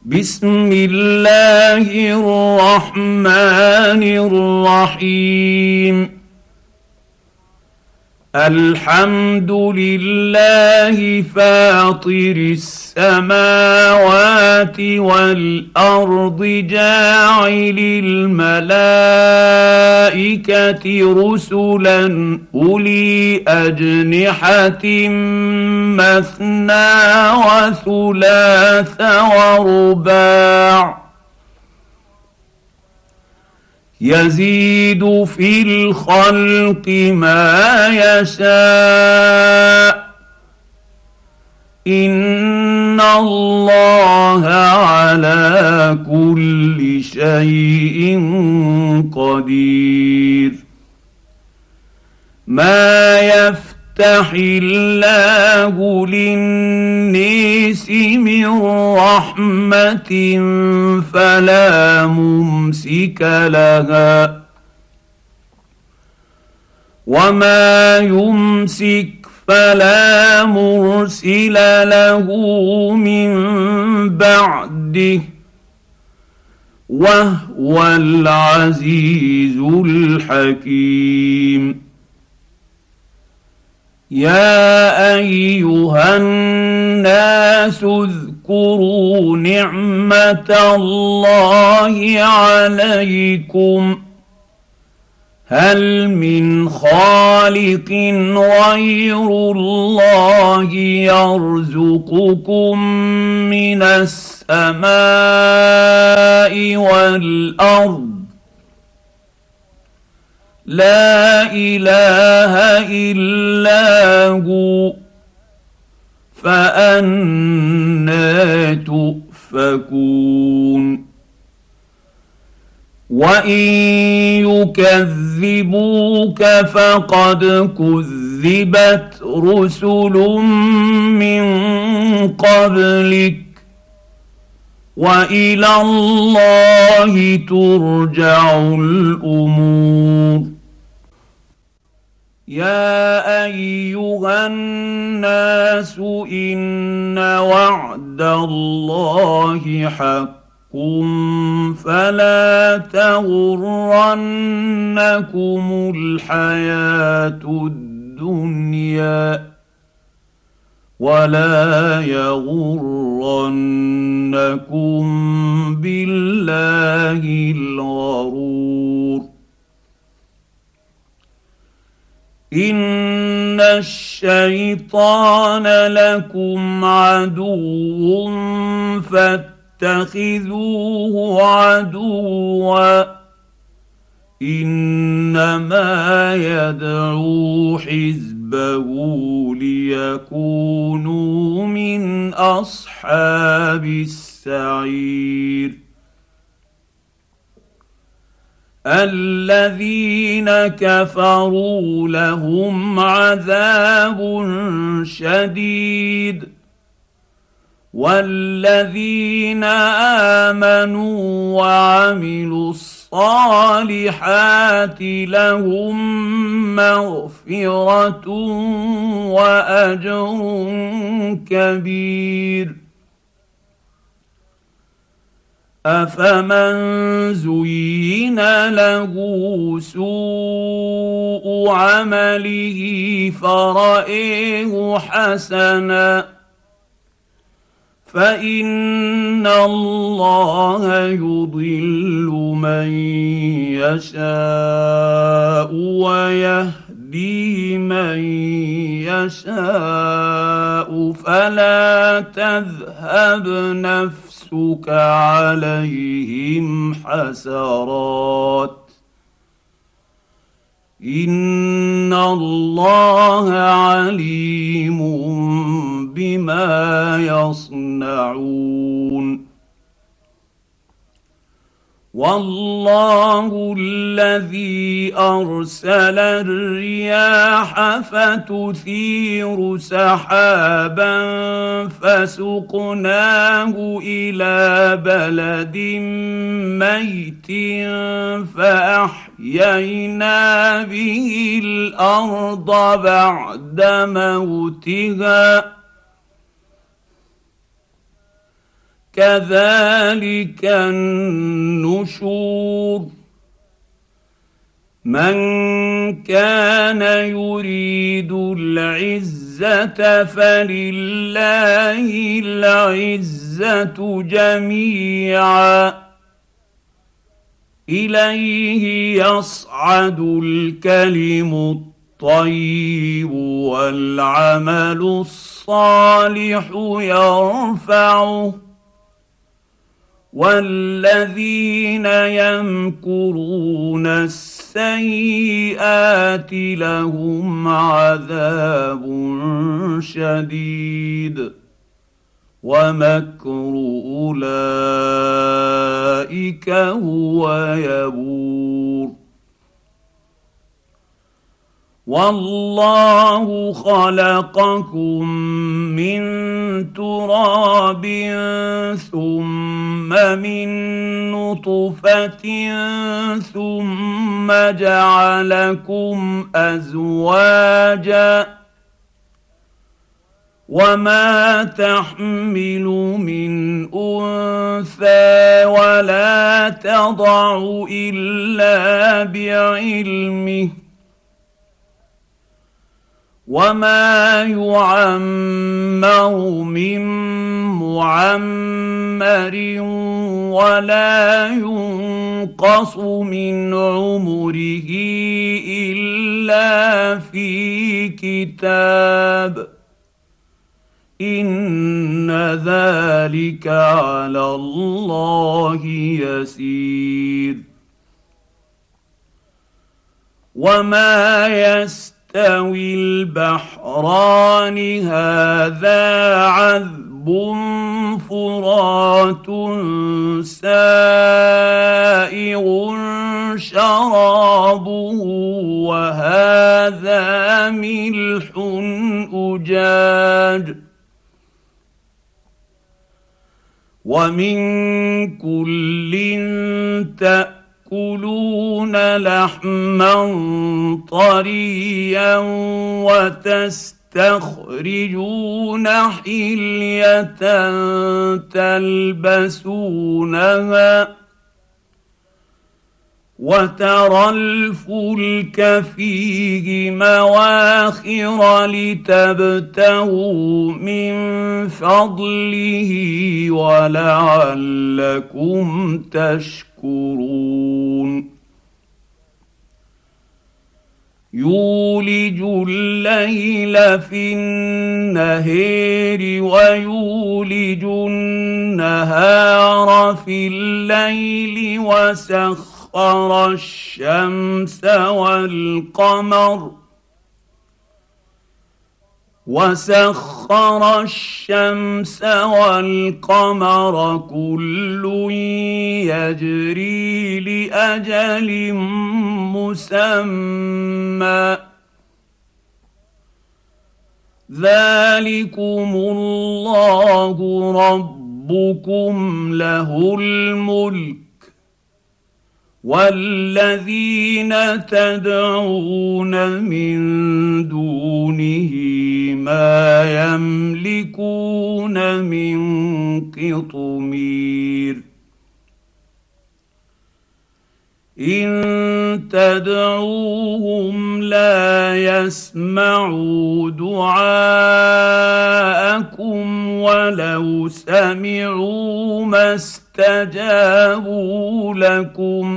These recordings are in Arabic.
بسم الله الرحمن الرحيم. الحمد لله فاطر السماوات والارض جاعل الملائكه رسلا اولي اجنحه مثنى وثلاث ورباع يزيد في الخلق ما يشاء ان الله على كل شيء قدير. ما يفتح الله للناس من رحمة فلا ممسك لها وما يمسك فلا مرسل له من بعده وهو العزيز الحكيم. يا ايها الناس اذكروا نعمه الله عليكم هل من خالق غير الله يرزقكم من السماء والارض لا اله الا هو فأنى تؤفكون. وإن يكذبوك فقد كذبت رسل من قبلك وإلى الله ترجع الأمور. يا أيها الناس إن وعد الله حق فلا تغرنكم الحياة الدنيا ولا يغرنكم بالله الغرور. إن الشيطان لكم عدو فاتخذوه عدوا إنما يدعو حزبه ليكونوا من أصحاب السعير. الذين كفروا لهم عذاب شديد والذين آمنوا وعملوا الصالحات لهم مغفرة وأجر كبير. أفمن زين له سوء عمله فرأيه حسنا فإن الله يضل من يشاء ويهدي من يشاء فلا تذهب نفسك عليهم حسرات إن الله عليم بما يصنعون. والله الذي أرسل الرياح فتثير سحابا فسقناه إلى بلد ميت فأحيينا به الأرض بعد موتها كذلك النشور. من كان يريد العزة فلله العزة جميعا، إليه يصعد الكلم الطيب والعمل الصالح يرفعه، والذين يمكرون السيئات لهم عذاب شديد، ومكر أولئك هو يبور. والله خلقكم من تراب ثم من نطفة ثم جعلكم أزواجا، وما تحمل من أنثى ولا تضع إلا بعلمه، وما يعمر من معمر ولا ينقص من عمره إلا في كتاب، إن ذلك على الله يسير. وما يستوي البحران هذا عذب فرات سائغ شرابه وهذا ملح أجاج، ومن كل تأكلون لحما طريا وتستخرجون حلية تلبسونها، وترى الفلك فيه مواخر لتبتغوا من فضله ولعلكم تشكرون. يولج الليل في النهار ويولج النهار في الليل، وسخر الشمس والقمر كل يجري لأجل مسمى، ذلكم الله ربكم له الملك، والذين تدعون من دونه ما يملكون من قطمير. إن تدعوهم لا يسمعوا دعاءكم ولو سمعوا ما استجابوا لكم،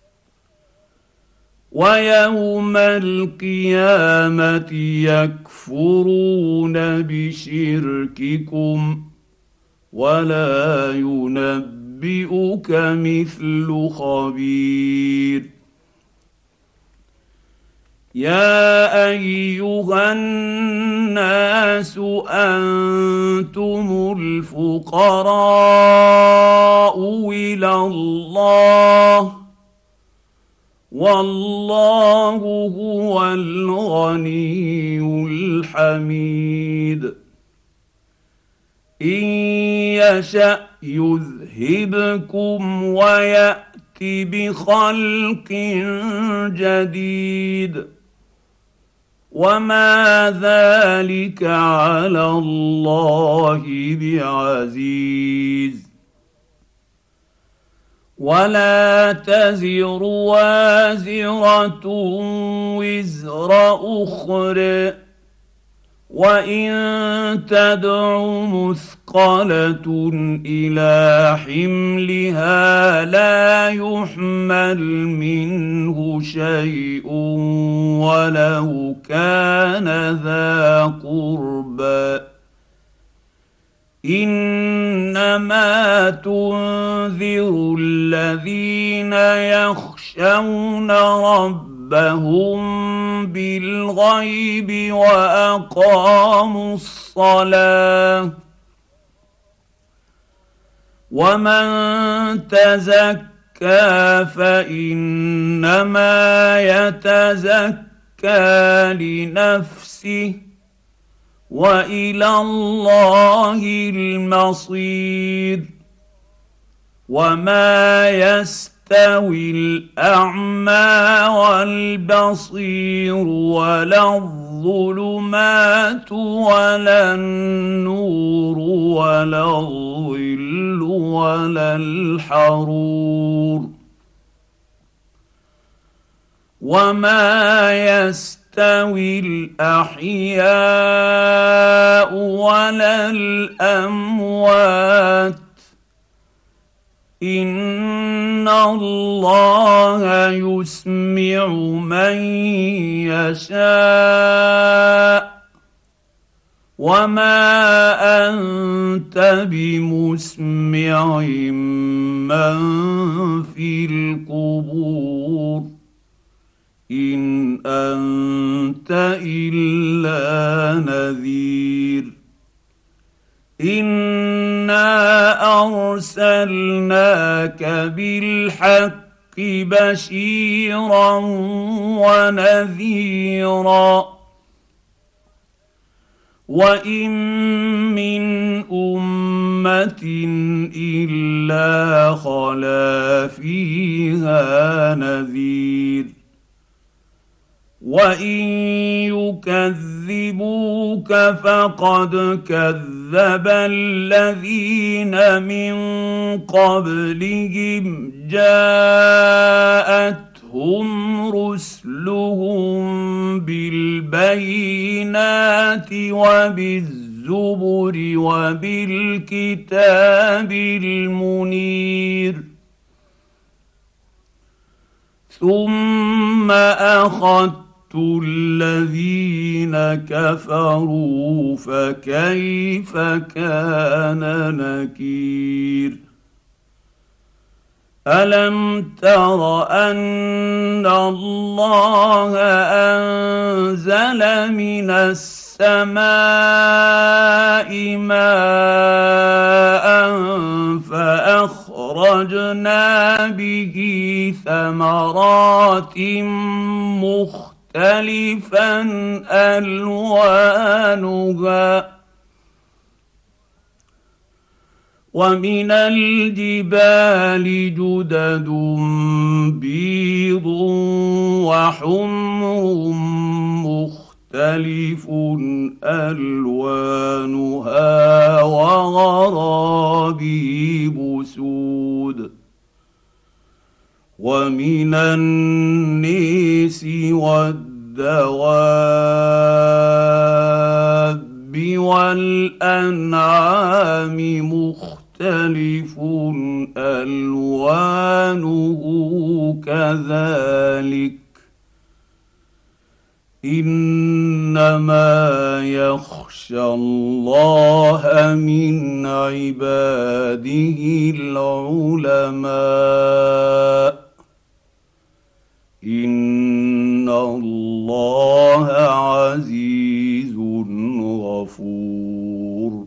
ويوم القيامة يكفرون بشرككم ولا ينبئك مثل خبير. يا أيها الناس أنتم الفقراء إلى الله والله هو الغني الحميد. إن يشأ يذهبكم ويأت بخلق جديد، وما ذلك على الله بعزيز. ولا تزر وازره وزر اخرى، وان تدع مثقله الى حملها لا يحمل منه شيء ولو كان ذا قربى. انما تنذر الذين يخشون ربهم بالغيب واقاموا الصلاه. ومن تزكى فانما يتزكى لنفسه والى الله المصير. وما يستوي الاعمى والبصير ولا الظلمات ولا النور ولا الظل ولا الحرور. وما يستوي الاحياء ولا الاموات ان الله يسمع من يشاء وما انت بمسمع من في القبور ان انت الا نذير. انا ارسلناك بالحق بشيرا ونذيرا وان من امه الا خلا فيها نذير. وان يكذبوك فقد كذب الذين من قبلهم جاءتهم رسلهم بالبينات وبالزبر وبالكتاب المنير ثم اخذت الذين كفروا فكيف كان نكير. الم تر ان الله انزل من السماء ماء فاخرجنا به ثمرات مختلفا الوانها ومن الجبال جدد بيض وحمر مختلف الوانها وغرابيب سود ومن النيس والدواب والأنعام مختلف ألوانه كذلك إنما يخشى الله من عباده العلماء إن الله عزيز غفور.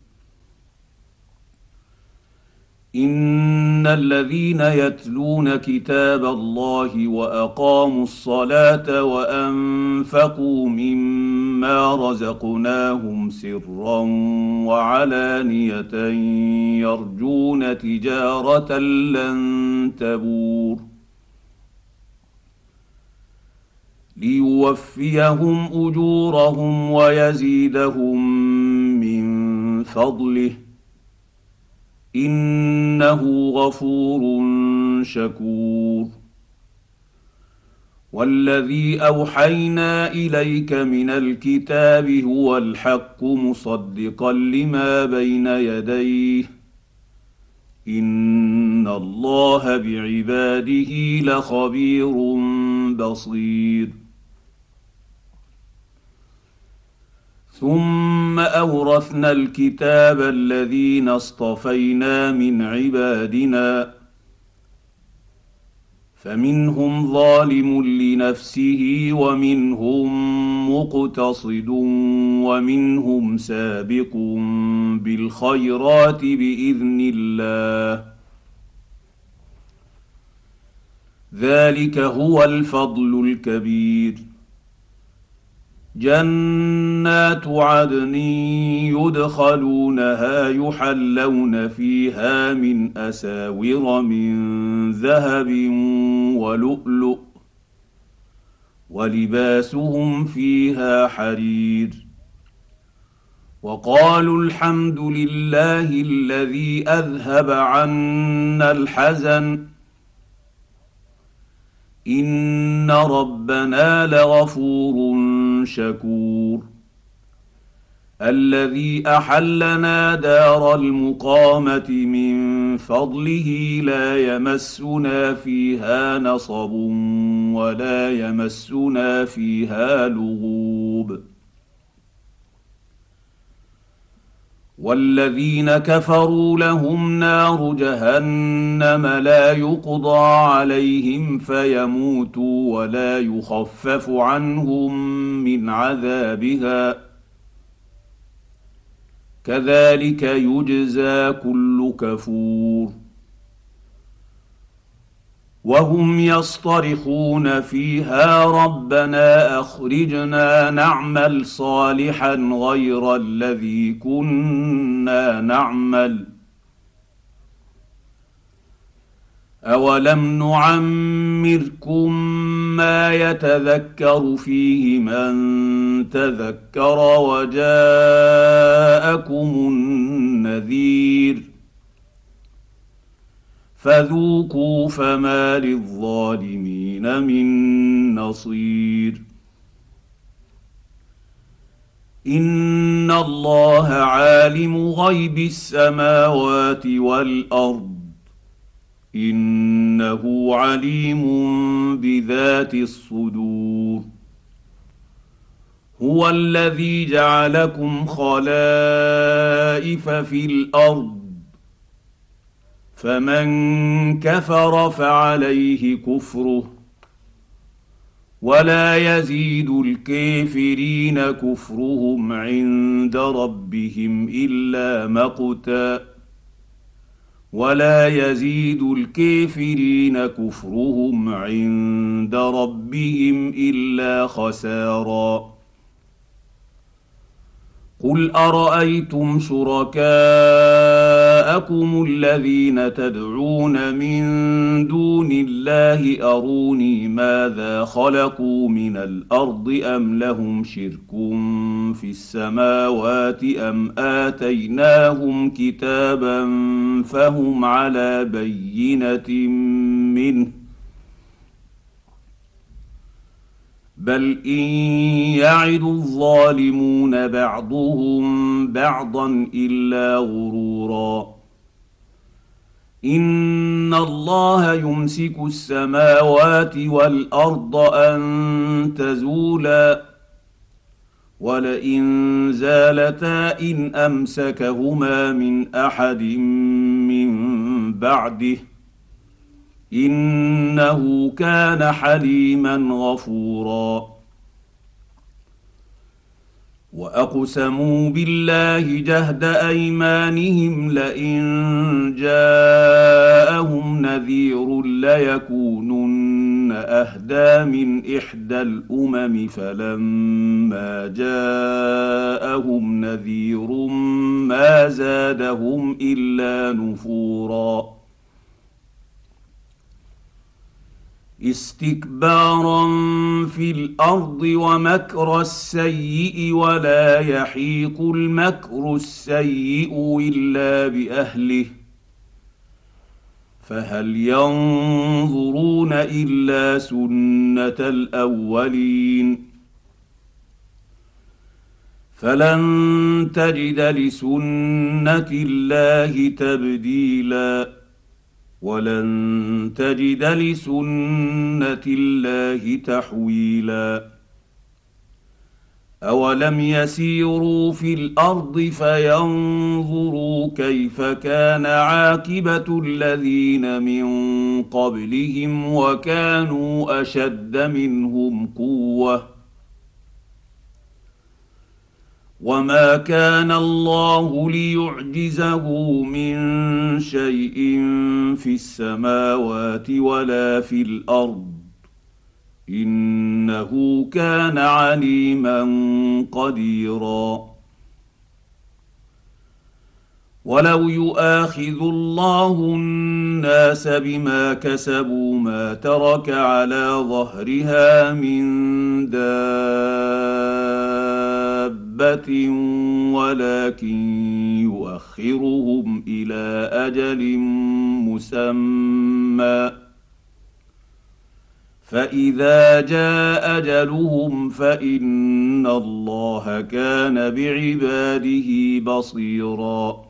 إن الذين يتلون كتاب الله وأقاموا الصلاة وأنفقوا مما رزقناهم سرا وعلانية يرجون تجارة لن تبور ليوفيهم أجورهم ويزيدهم من فضله إن انه غفور شكور. والذي اوحينا اليك من الكتاب هو الحق مصدقا لما بين يديه ان الله بعباده لخبير بصير. ثم اورثنا الكتاب الذين اصطفينا من عبادنا فمنهم ظالم لنفسه ومنهم مقتصد ومنهم سابق بالخيرات باذن الله ذلك هو الفضل الكبير. جنات عدن يدخلونها يحلون فيها من اساور من ذهب ولؤلؤ ولباسهم فيها حرير. وقالوا الحمد لله الذي اذهب عنا الحزن ان ربنا لغفور شكور. الذي احلنا دار المقامه من فضله لا يمسنا فيها نصب ولا يمسنا فيها لغوب. والذين كفروا لهم نار جهنم لا يقضى عليهم فيموتوا ولا يخفف عنهم من عذابها كذلك يجزى كل كفور. وهم يصطرخون فيها ربنا اخرجنا نعمل صالحا غير الذي كنا نعمل اولم نعمركم ما يتذكر فيه من تذكر وجاءكم النذير فذوقوا فما للظالمين من نصير. ان الله عالم غيب السماوات والارض انه عليم بذات الصدور. هو الذي جعلكم خلائف في الارض فمن كفر فعليه كفره ولا يزيد الكافرين كفرهم عند ربهم الا مقتا ولا يزيد الكافرين كفرهم عند ربهم الا خسارا. قل ارايتم شركاءكم الذين تدعون من دون الله اروني ماذا خلقوا من الارض ام لهم شرك في السماوات ام اتيناهم كتابا فهم على بينه منه بل ان يعد الظالمون بعضهم بعضا الا غرورا. ان الله يمسك السماوات والارض ان تزولا ولئن زالتا ان امسكهما من احد من بعده انه كان حليما غفورا. واقسموا بالله جهد ايمانهم لئن جاءهم نذير ليكونن اهدى من احدى الامم فلما جاءهم نذير ما زادهم الا نفورا استكبارا في الارض ومكر السيء ولا يحيق المكر السيء الا باهله فهل ينظرون الا سنه الاولين فلن تجد لسنه الله تبديلا ولن تجد لسنه الله تحويلا اولم يسيروا في الارض فينظروا كيف كان عاقبه الذين من قبلهم وكانوا اشد منهم قوه وما كان الله ليعجزه من شيء في السماوات ولا في الارض انه كان عليما قديرا ولو يؤاخذ الله الناس بما كسبوا ما ترك على ظهرها من دابه ولكن يؤخرهم الى اجل مسمى فاذا جاء اجلهم فان الله كان بعباده بصيرا